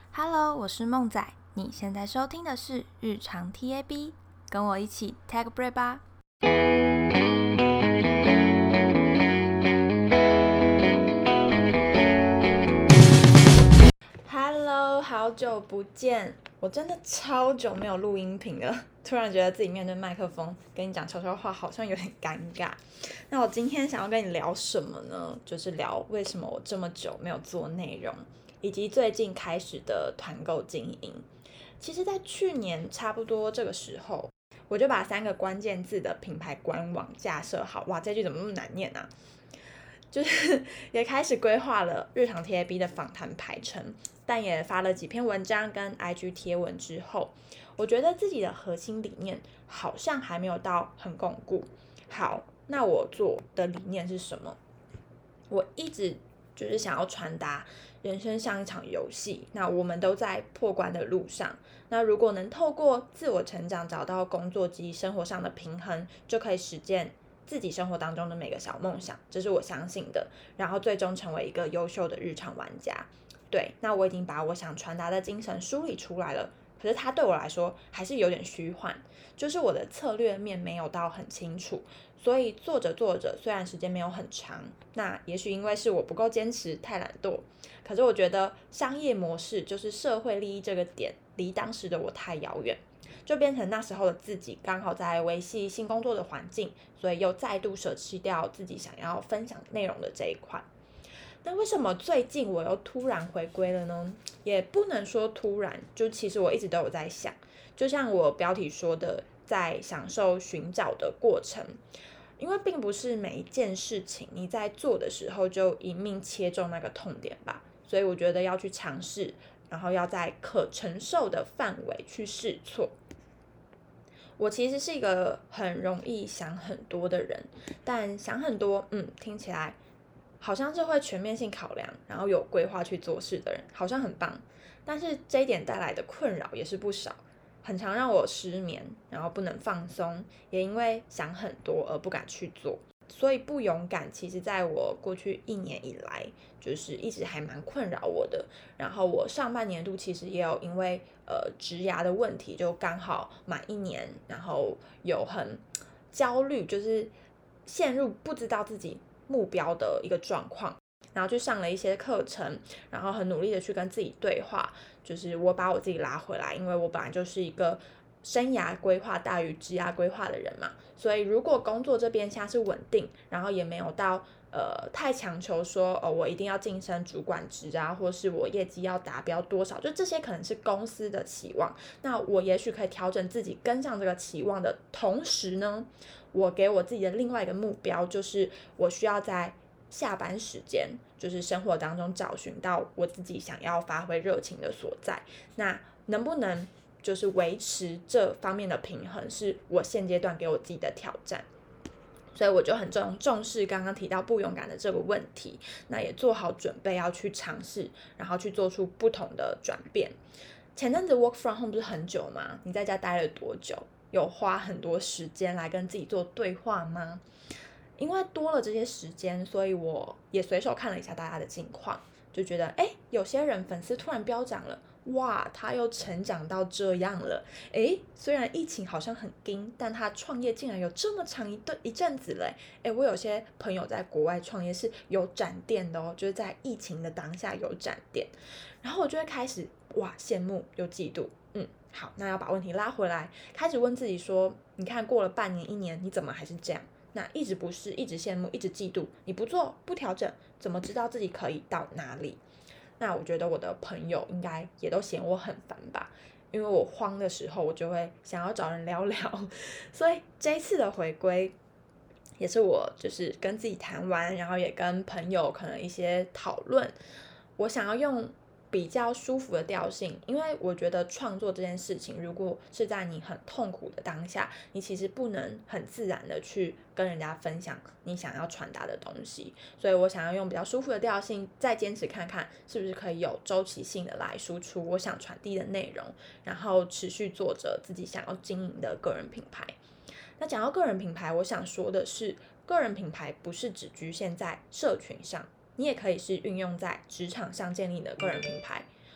Hello，我是梦仔，你现在收听的是日常 TAB， 跟我一起 Tag Break 吧。Hello，好久不见，我真的超久没有录音频了，突然觉得自己面对麦克风跟你讲悄悄话好像有点尴尬。那我今天想要跟你聊什么呢？就是聊为什么我这么久没有做内容，以及最近开始的团购经营。其实在去年差不多这个时候，我就把3个关键字的品牌官网架设好。哇，这句怎么那么难念啊？就是也开始规划了日常 TAB 的访谈排程，但也发了几篇文章跟 IG 贴文之后，我觉得自己的核心理念好像还没有到很巩固。好，那我做的理念是什么？我一直就是想要传达人生像一场游戏，那我们都在破关的路上。那如果能透过自我成长找到工作及生活上的平衡，就可以实现自己生活当中的每个小梦想，这是我相信的。然后最终成为一个优秀的日常玩家。对，那我已经把我想传达的精神梳理出来了，可是它对我来说还是有点虚幻，就是我的策略面没有到很清楚。所以做着做着，虽然时间没有很长，那也许因为是我不够坚持，太懒惰，可是我觉得商业模式就是社会利益这个点，离当时的我太遥远，就变成那时候的自己刚好在维系新工作的环境，所以又再度舍弃掉自己想要分享内容的这一块。那为什么最近我又突然回归了呢？也不能说突然，就其实我一直都有在想，就像我标题说的，在享受寻找的过程。因为并不是每一件事情你在做的时候就一命切中那个痛点吧，所以我觉得要去尝试，然后要在可承受的范围去试错。我其实是一个很容易想很多的人，但想很多，听起来好像是会全面性考量，然后有规划去做事的人，好像很棒。但是这一点带来的困扰也是不少，很常让我失眠，然后不能放松，也因为想很多而不敢去做。所以不勇敢，其实在我过去1年以来，就是一直还蛮困扰我的。然后我上半年度其实也有因为职涯的问题，就刚好满1年，然后有很焦虑，就是陷入不知道自己目标的一个状况。然后去上了一些课程，然后很努力的去跟自己对话，就是我把我自己拉回来，因为我本来就是一个生涯规划大于职业规划的人嘛，所以如果工作这边现在是稳定，然后也没有到太强求说我一定要晋升主管职啊，或是我业绩要达标多少，就这些可能是公司的期望，那我也许可以调整自己跟上这个期望的同时呢，我给我自己的另外一个目标就是我需要在下班时间，就是生活当中找寻到我自己想要发挥热情的所在。那能不能就是维持这方面的平衡，是我现阶段给我自己的挑战。所以我就很重视刚刚提到不勇敢的这个问题，那也做好准备要去尝试，然后去做出不同的转变。前阵子 work from home 不是很久吗？你在家待了多久？有花很多时间来跟自己做对话吗？因为多了这些时间，所以我也随手看了一下大家的近况，就觉得有些人粉丝突然飙涨了，哇，他又成长到这样了。虽然疫情好像很惊，但他创业竟然有这么长一阵子了。我有些朋友在国外创业是有展店的哦，就是在疫情的当下有展店，然后我就会开始羡慕又嫉妒。好，那要把问题拉回来，开始问自己说，你看过了半年1年，你怎么还是这样？那一直不是，一直羡慕，一直嫉妒，你不做不调整，怎么知道自己可以到哪里？那我觉得我的朋友应该也都嫌我很烦吧，因为我慌的时候，我就会想要找人聊聊，所以这一次的回归，也是我就是跟自己谈完，然后也跟朋友可能一些讨论，我想要用比较舒服的调性，因为我觉得创作这件事情，如果是在你很痛苦的当下，你其实不能很自然的去跟人家分享你想要传达的东西，所以我想要用比较舒服的调性，再坚持看看是不是可以有周期性的来输出我想传递的内容，然后持续做着自己想要经营的个人品牌。那讲到个人品牌，我想说的是，个人品牌不是只局限在社群上，你也可以是运用在职场上建立你的个人品牌。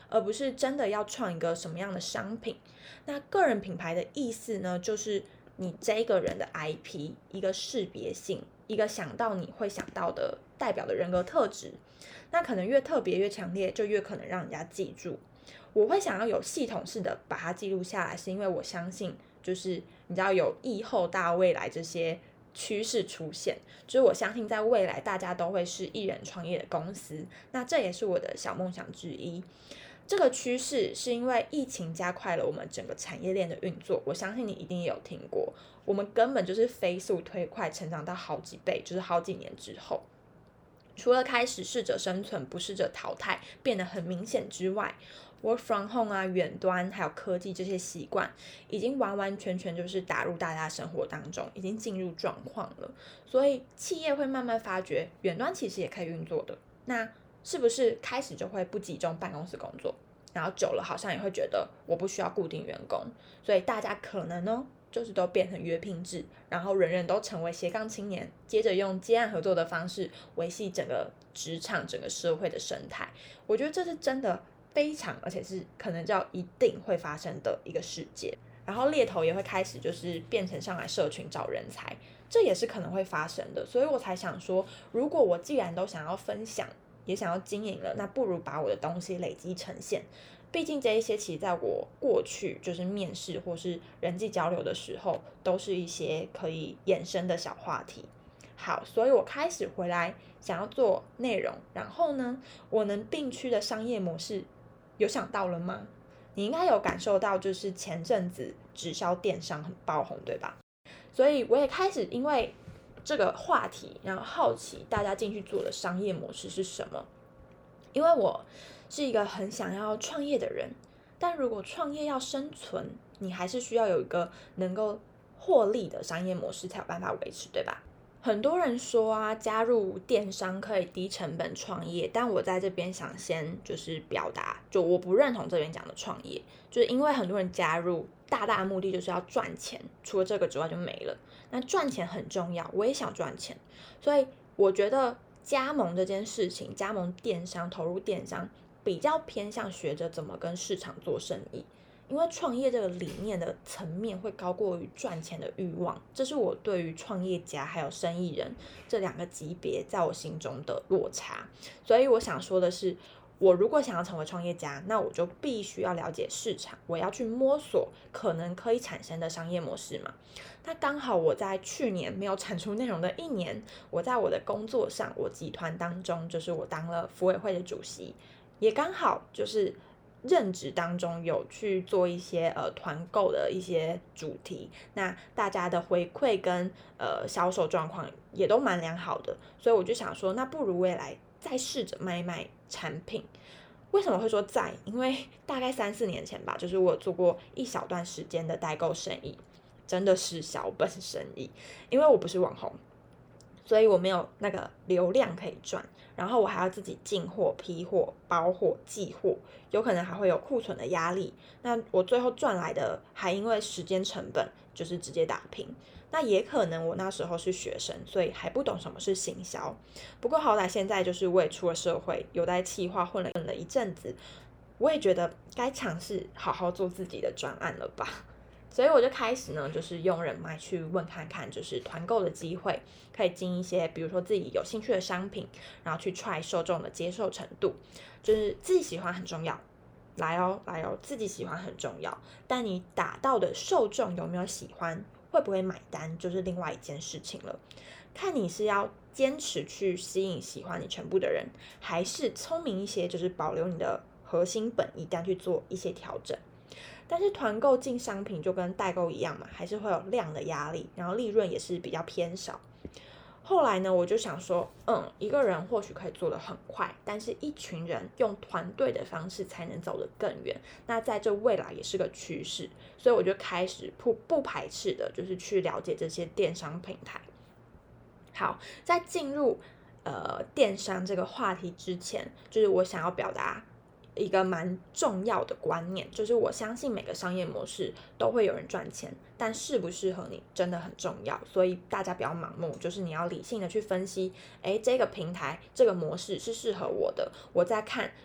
而不是真的要创一个什么样的商品。那个人品牌的意思呢，就是你这个人的 IP， 一个识别性，一个想到你会想到的代表的人格特质。那可能越特别越强烈，就越可能让人家记住。我会想要有系统式的把它记录下来，是因为我相信，就是你知道有疫后大未来这些趋势出现，就是我相信在未来大家都会是一人创业的公司，那这也是我的小梦想之一。这个趋势是因为疫情加快了我们整个产业链的运作，我相信你一定也有听过，我们根本就是飞速推快成长到好几倍，就是好几年之后。除了开始适者生存不适者淘汰变得很明显之外， work from home 啊，远端还有科技这些习惯已经完完全全就是打入大家生活当中，已经进入状况了。所以企业会慢慢发觉远端其实也可以运作的，那是不是开始就会不集中办公室工作，然后久了好像也会觉得我不需要固定员工，所以大家可能呢就是都变成约聘制，然后人人都成为斜杠青年，接着用接案合作的方式维系整个职场整个社会的生态。我觉得这是真的非常，而且是可能叫一定会发生的一个世界。然后猎头也会开始就是变成上来社群找人才，这也是可能会发生的。所以我才想说，如果我既然都想要分享也想要经营了，那不如把我的东西累积呈现。毕竟这一些其实在我过去就是面试或是人际交流的时候，都是一些可以衍生的小话题。好，所以我开始回来想要做内容，然后呢，我能并驱的商业模式有想到了吗？你应该有感受到，就是前阵子直销电商很爆红，对吧？所以我也开始因为这个话题，然后好奇大家进去做的商业模式是什么。因为我是一个很想要创业的人，但如果创业要生存，你还是需要有一个能够获利的商业模式才有办法维持，对吧？很多人说啊，加入电商可以低成本创业，但我在这边想先就是表达，就我不认同这边讲的创业，就是因为很多人加入大大的目的就是要赚钱，除了这个之外就没了。那赚钱很重要，我也想赚钱，所以我觉得加盟这件事情，加盟电商、投入电商，比较偏向学着怎么跟市场做生意。因为创业这个理念的层面会高过于赚钱的欲望，这是我对于创业家还有生意人这两个级别在我心中的落差。所以我想说的是，我如果想要成为创业家，那我就必须要了解市场，我要去摸索可能可以产生的商业模式嘛。那刚好我在去年没有产出内容的一年，我在我的工作上，我集团当中就是我当了福委会的主席，也刚好就是任职当中有去做一些团购的一些主题，那大家的回馈跟销售状况也都蛮良好的，所以我就想说，那不如未来再试着卖卖产品。为什么会说在？因为大概3-4年前吧，就是我有做过一小段时间的代购生意，真的是小本生意，因为我不是网红，所以我没有那个流量可以赚，然后我还要自己进货、批货、包货、寄货，有可能还会有库存的压力。那我最后赚来的还因为时间成本就是直接打平。那也可能我那时候是学生，所以还不懂什么是行销。不过好歹现在就是我也出了社会，有在企划混了一阵子，我也觉得该尝试好好做自己的专案了吧。所以我就开始呢，就是用人脉去问看看，就是团购的机会，可以进一些，比如说自己有兴趣的商品，然后去 try 受众的接受程度，就是自己喜欢很重要，来哦来哦，自己喜欢很重要，但你打到的受众有没有喜欢，会不会买单，就是另外一件事情了。看你是要坚持去吸引喜欢你全部的人，还是聪明一些，就是保留你的核心本意，但去做一些调整。但是团购进商品就跟代购一样嘛，还是会有量的压力，然后利润也是比较偏少。后来呢，我就想说，一个人或许可以做得很快，但是一群人用团队的方式才能走得更远。那在这未来也是个趋势，所以我就开始不排斥的，就是去了解这些电商平台。好，在进入电商这个话题之前，就是我想要表达一个蛮重要的观念，就是我相信每个商业模式都会有人赚钱，但适不适合你真的很重要，所以大家不要盲目，就是你要理性的去分析，这个平台这个模式是适合我的，我在看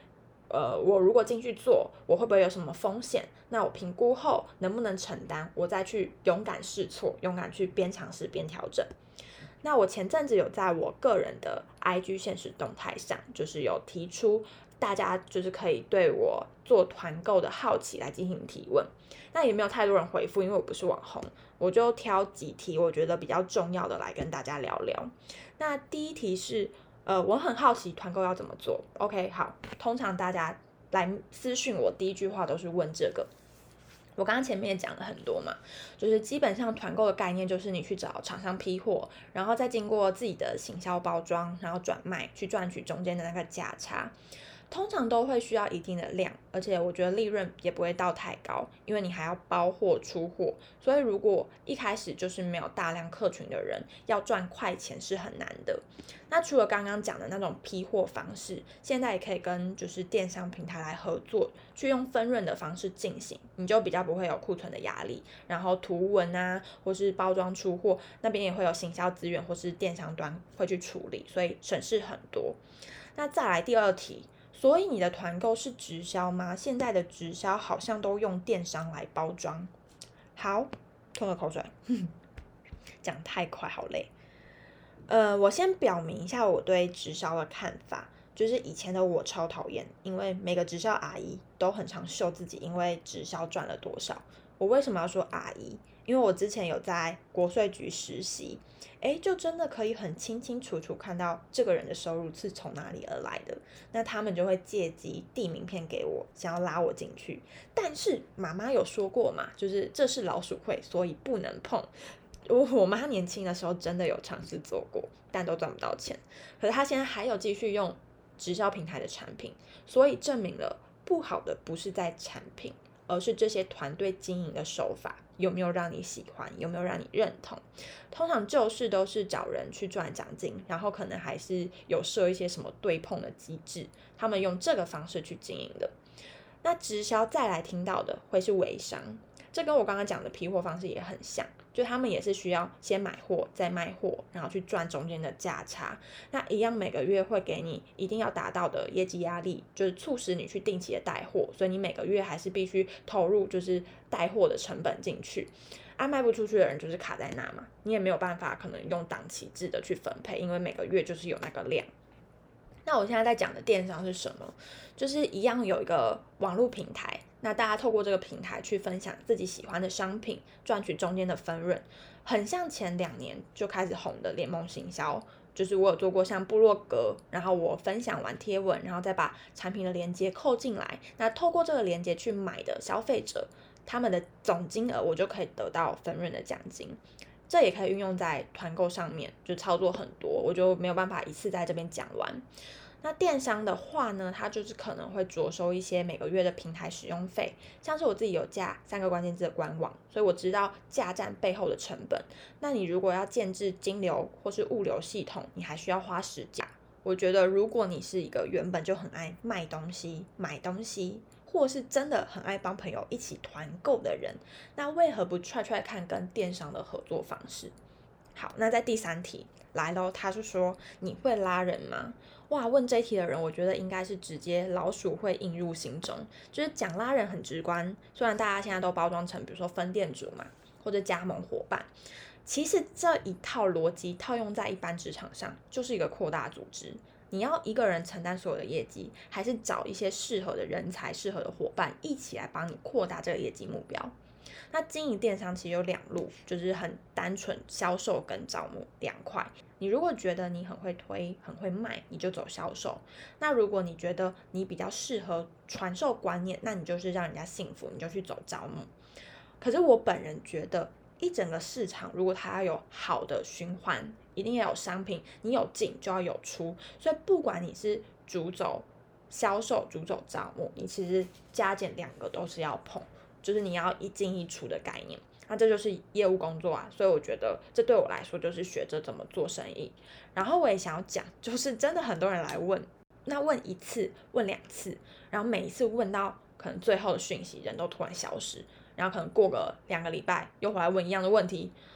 我如果进去做，我会不会有什么风险？那我评估后能不能承担？我再去勇敢试错，勇敢去边尝试边调整。那我前阵子有在我个人的 IG 限时动态上，就是有提出大家就是可以对我做团购的好奇来进行提问。那也没有太多人回复，因为我不是网红，我就挑几题我觉得比较重要的来跟大家聊聊。那第一题是，我很好奇团购要怎么做。OK， 好，通常大家来私讯我第一句话都是问这个。我刚刚前面也讲了很多嘛，就是基本上团购的概念就是你去找厂商批货，然后再经过自己的行销包装，然后转卖去赚取中间的那个价差。通常都会需要一定的量，而且我觉得利润也不会到太高，因为你还要包货出货，所以如果一开始就是没有大量客群的人，要赚快钱是很难的。那除了刚刚讲的那种批货方式，现在也可以跟就是电商平台来合作，去用分润的方式进行，你就比较不会有库存的压力，然后图文啊，或是包装出货那边也会有行销资源或是电商端会去处理，所以省事很多。那再来第二题。所以你的团购是直销吗？现在的直销好像都用电商来包装。好，吞了口水，讲太快，好累。我先表明一下我对直销的看法，就是以前的我超讨厌，因为每个直销阿姨都很常秀自己因为直销赚了多少。我为什么要说阿姨？因为我之前有在国税局实习，就真的可以很清清楚楚看到这个人的收入是从哪里而来的。那他们就会借机递名片给我，想要拉我进去。但是妈妈有说过嘛，就是这是老鼠会，所以不能碰。我妈年轻的时候真的有尝试做过，但都赚不到钱。可是她现在还有继续用直销平台的产品，所以证明了不好的不是在产品，而是这些团队经营的手法有没有让你喜欢，有没有让你认同。通常旧式都是找人去赚奖金，然后可能还是有设一些什么对碰的机制，他们用这个方式去经营的。那直销再来听到的会是微商，这跟我刚刚讲的批货方式也很像，就他们也是需要先买货再卖货，然后去赚中间的价差。那一样每个月会给你一定要达到的业绩压力，就是促使你去定期的带货，所以你每个月还是必须投入就是带货的成本进去。卖不出去的人就是卡在那嘛，你也没有办法可能用档期制的去分配，因为每个月就是有那个量。那我现在在讲的电商是什么？就是一样有一个网络平台，那大家透过这个平台去分享自己喜欢的商品，赚取中间的分润，很像前2年就开始红的联盟行销。就是我有做过像部落格，然后我分享完贴文，然后再把产品的链接扣进来，那透过这个链接去买的消费者，他们的总金额我就可以得到分润的奖金。这也可以运用在团购上面，就操作很多，我就没有办法一次在这边讲完。那电商的话呢，它就是可能会着收一些每个月的平台使用费，像是我自己有架3个关键字的官网，所以我知道架站背后的成本。那你如果要建置金流或是物流系统，你还需要花时间。我觉得如果你是一个原本就很爱卖东西、买东西，或是真的很爱帮朋友一起团购的人，那为何不try看跟电商的合作方式？好，那在第3题来咯，他是说你会拉人吗？哇，问这一题的人，我觉得应该是直接老鼠会映入心中，就是讲拉人很直观。虽然大家现在都包装成比如说分店主嘛，或者加盟伙伴，其实这一套逻辑套用在一般职场上，就是一个扩大组织。你要一个人承担所有的业绩，还是找一些适合的人才、适合的伙伴一起来帮你扩大这个业绩目标？那经营电商其实有2路，就是很单纯销售跟招募2块。你如果觉得你很会推、很会卖，你就走销售；那如果你觉得你比较适合传授观念，那你就是让人家信服，你就去走招募。可是我本人觉得，一整个市场如果它要有好的循环，一定要有商品，你有进就要有出。所以不管你是主走销售、主走招募，你其实加减2个都是要碰。就是你要一进一出的概念，那这就是业务工作啊，所以我觉得这对我来说就是学着怎么做生意。然后我也想要讲，就是真的很多人来问，那问1次、问2次，然后每一次问到可能最后的讯息，人都突然消失，然后可能过个2个礼拜又回来问一样的问题，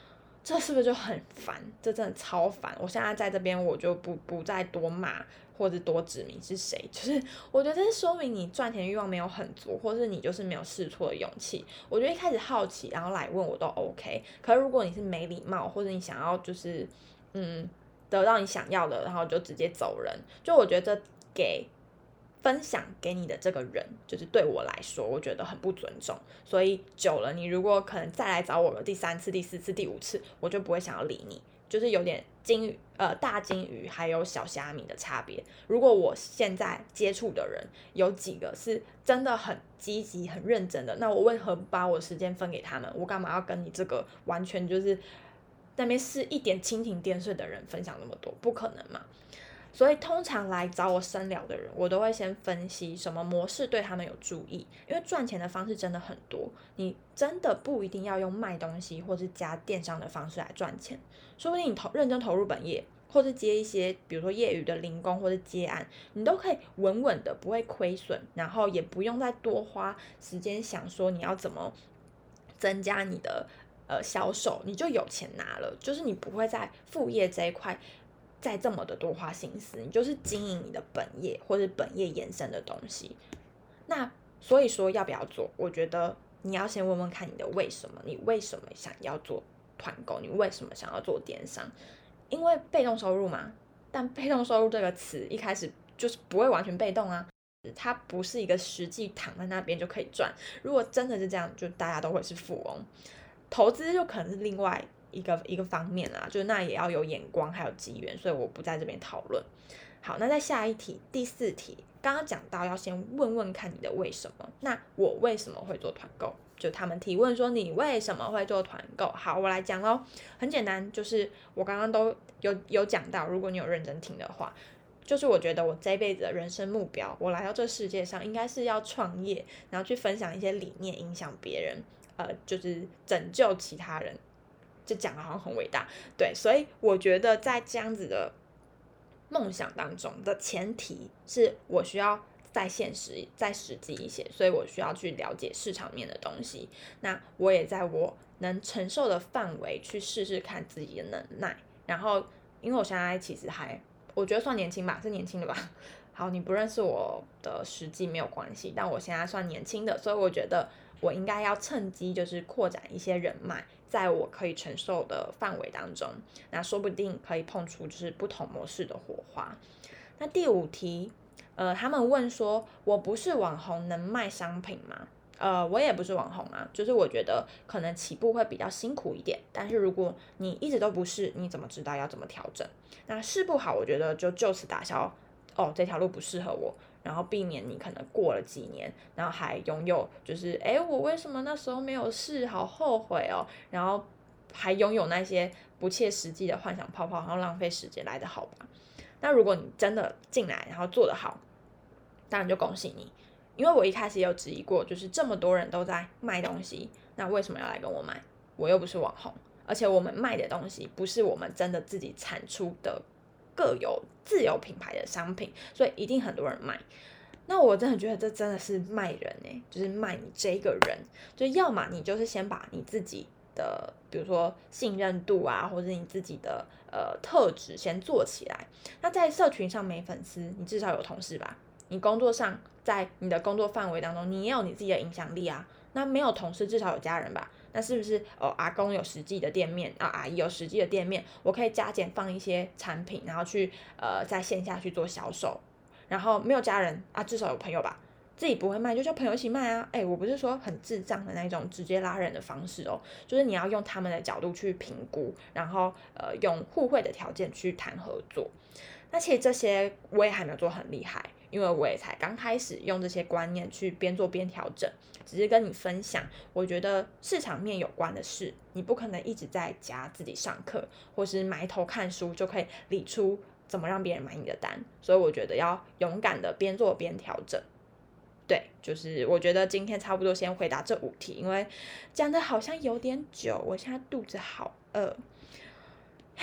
这是不是就很烦？这真的超烦！我现在在这边，我就不再多骂或者多指明是谁，就是我觉得这是说明你赚钱欲望没有很足，或是你就是没有试错的勇气。我觉得一开始好奇，然后来问我都 OK。可是如果你是没礼貌，或者你想要就是得到你想要的，然后就直接走人，就我觉得给分享给你的这个人，就是对我来说，我觉得很不尊重。所以久了，你如果可能再来找我了第3次、第4次、第5次，我就不会想要理你，就是有点大金鱼还有小虾米的差别。如果我现在接触的人有几个是真的很积极、很认真的，那我为何不把我的时间分给他们？我干嘛要跟你这个完全就是那边是一点蜻蜓点水的人分享那么多？不可能嘛！所以通常来找我深聊的人，我都会先分析什么模式对他们有注意，因为赚钱的方式真的很多，你真的不一定要用卖东西或是加电商的方式来赚钱，说不定你认真投入本业，或是接一些比如说业余的零工或是接案，你都可以稳稳的不会亏损，然后也不用再多花时间想说你要怎么增加你的销售，你就有钱拿了，就是你不会在副业这一块再这么的多花心思，你就是经营你的本业或是本业延伸的东西。那所以说要不要做？我觉得你要先问问看你的为什么，你为什么想要做团购？你为什么想要做电商？因为被动收入嘛，但被动收入这个词一开始就是不会完全被动啊，它不是一个实际躺在那边就可以赚。如果真的是这样，就大家都会是富翁。投资就可能是另外一个方面啦，就是那也要有眼光还有机缘，所以我不在这边讨论。好，那在下一题，第4题，刚刚讲到要先问问看你的为什么。那我为什么会做团购？就他们提问说你为什么会做团购？好，我来讲咯，很简单，就是我刚刚都有讲到，如果你有认真听的话，就是我觉得我这辈子的人生目标，我来到这世界上应该是要创业，然后去分享一些理念，影响别人，就是拯救其他人。就讲的好像很伟大，对，所以我觉得在这样子的梦想当中的前提是我需要再现实、再实际一些，所以我需要去了解市场面的东西。那我也在我能承受的范围去试试看自己的能耐。然后，因为我现在其实我觉得算年轻吧，是年轻的吧。好，你不认识我的实际没有关系，但我现在算年轻的，所以我觉得我应该要趁机就是扩展一些人脉，在我可以承受的范围当中，那说不定可以碰出就是不同模式的火花。那第5题，他们问说，我不是网红，能卖商品吗？我也不是网红啊，就是我觉得可能起步会比较辛苦一点，但是如果你一直都不是，你怎么知道要怎么调整？那试不好，我觉得就此打消，这条路不适合我，然后避免你可能过了几年，然后还拥有就是我为什么那时候没有试，好后悔哦，然后还拥有那些不切实际的幻想泡泡，然后浪费时间来的好吧？那如果你真的进来，然后做得好，当然就恭喜你。因为我一开始也有质疑过，就是这么多人都在卖东西，那为什么要来跟我买？我又不是网红，而且我们卖的东西不是我们真的自己产出的各有自有品牌的商品，所以一定很多人买。那我真的觉得这真的是卖人就是卖你这个人，就要么你就是先把你自己的，比如说信任度啊，或者你自己的特质先做起来。那在社群上没粉丝，你至少有同事吧？你工作上，在你的工作范围当中，你也有你自己的影响力啊。那没有同事，至少有家人吧？那是不是阿公有实际的店面啊，阿姨有实际的店面，我可以加减放一些产品，然后去在线下去做销售。然后没有家人啊，至少有朋友吧？自己不会卖就叫朋友一起卖啊！我不是说很智障的那种直接拉人的方式哦，就是你要用他们的角度去评估，然后用互惠的条件去谈合作。那其实这些我也还没有做很厉害，因为我也才刚开始用这些观念去边做边调整，只是跟你分享，我觉得市场面有关的事，你不可能一直在家自己上课，或是埋头看书就可以理出怎么让别人买你的单，所以我觉得要勇敢的边做边调整。对，就是我觉得今天差不多先回答这5题，因为讲的好像有点久，我现在肚子好饿。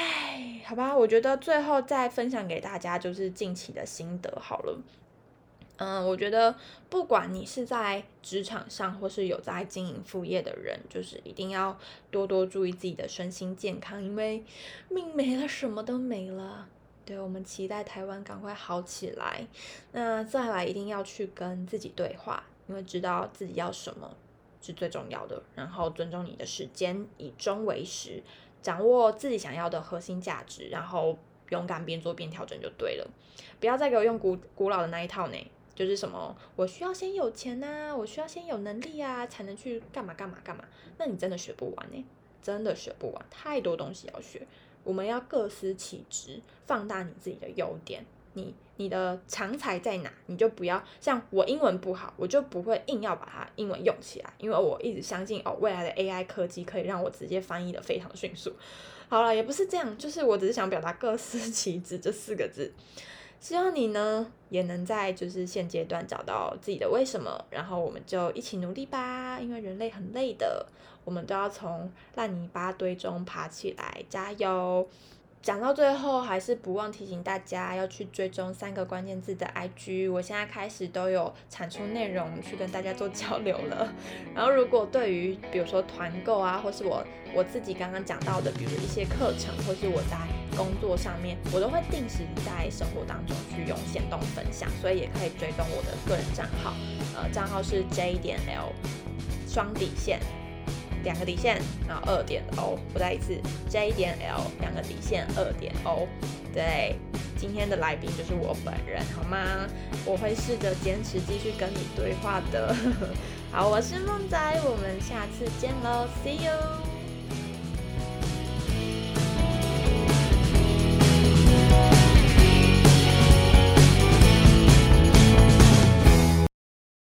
好吧，我觉得最后再分享给大家就是近期的心得好了。 我觉得不管你是在职场上或是有在经营副业的人，就是一定要多多注意自己的身心健康，因为命没了什么都没了。对，我们期待台湾赶快好起来。那再来一定要去跟自己对话，因为知道自己要什么是最重要的，然后尊重你的时间，以终为始，掌握自己想要的核心价值，然后勇敢边做边调整就对了。不要再给我用古老的那一套呢。就是什么，我需要先有钱啊，我需要先有能力啊，才能去干嘛干嘛干嘛。那你真的学不完呢，真的学不完，太多东西要学。我们要各司其职，放大你自己的优点。你的长才在哪，你就不要像我英文不好，我就不会硬要把它英文用起来，因为我一直相信未来的 AI 科技可以让我直接翻译的非常迅速。好了，也不是这样，就是我只是想表达各司其职这4个字。希望你呢也能在就是现阶段找到自己的为什么，然后我们就一起努力吧，因为人类很累的，我们都要从烂泥巴堆中爬起来，加油！讲到最后，还是不忘提醒大家要去追踪3个关键字的 IG， 我现在开始都有产出内容去跟大家做交流了。然后如果对于比如说团购啊，或是我自己刚刚讲到的，比如一些课程，或是我在工作上面，我都会定时在生活当中去用限动分享，所以也可以追踪我的个人账号，账号是 J.L 双底线2个底线，然后2.O， 我再一次 J.L 2个底线2.O。对，今天的来宾就是我本人，好吗？我会试着坚持继续跟你对话的。好，我是梦仔，我们下次见喽 ，See you。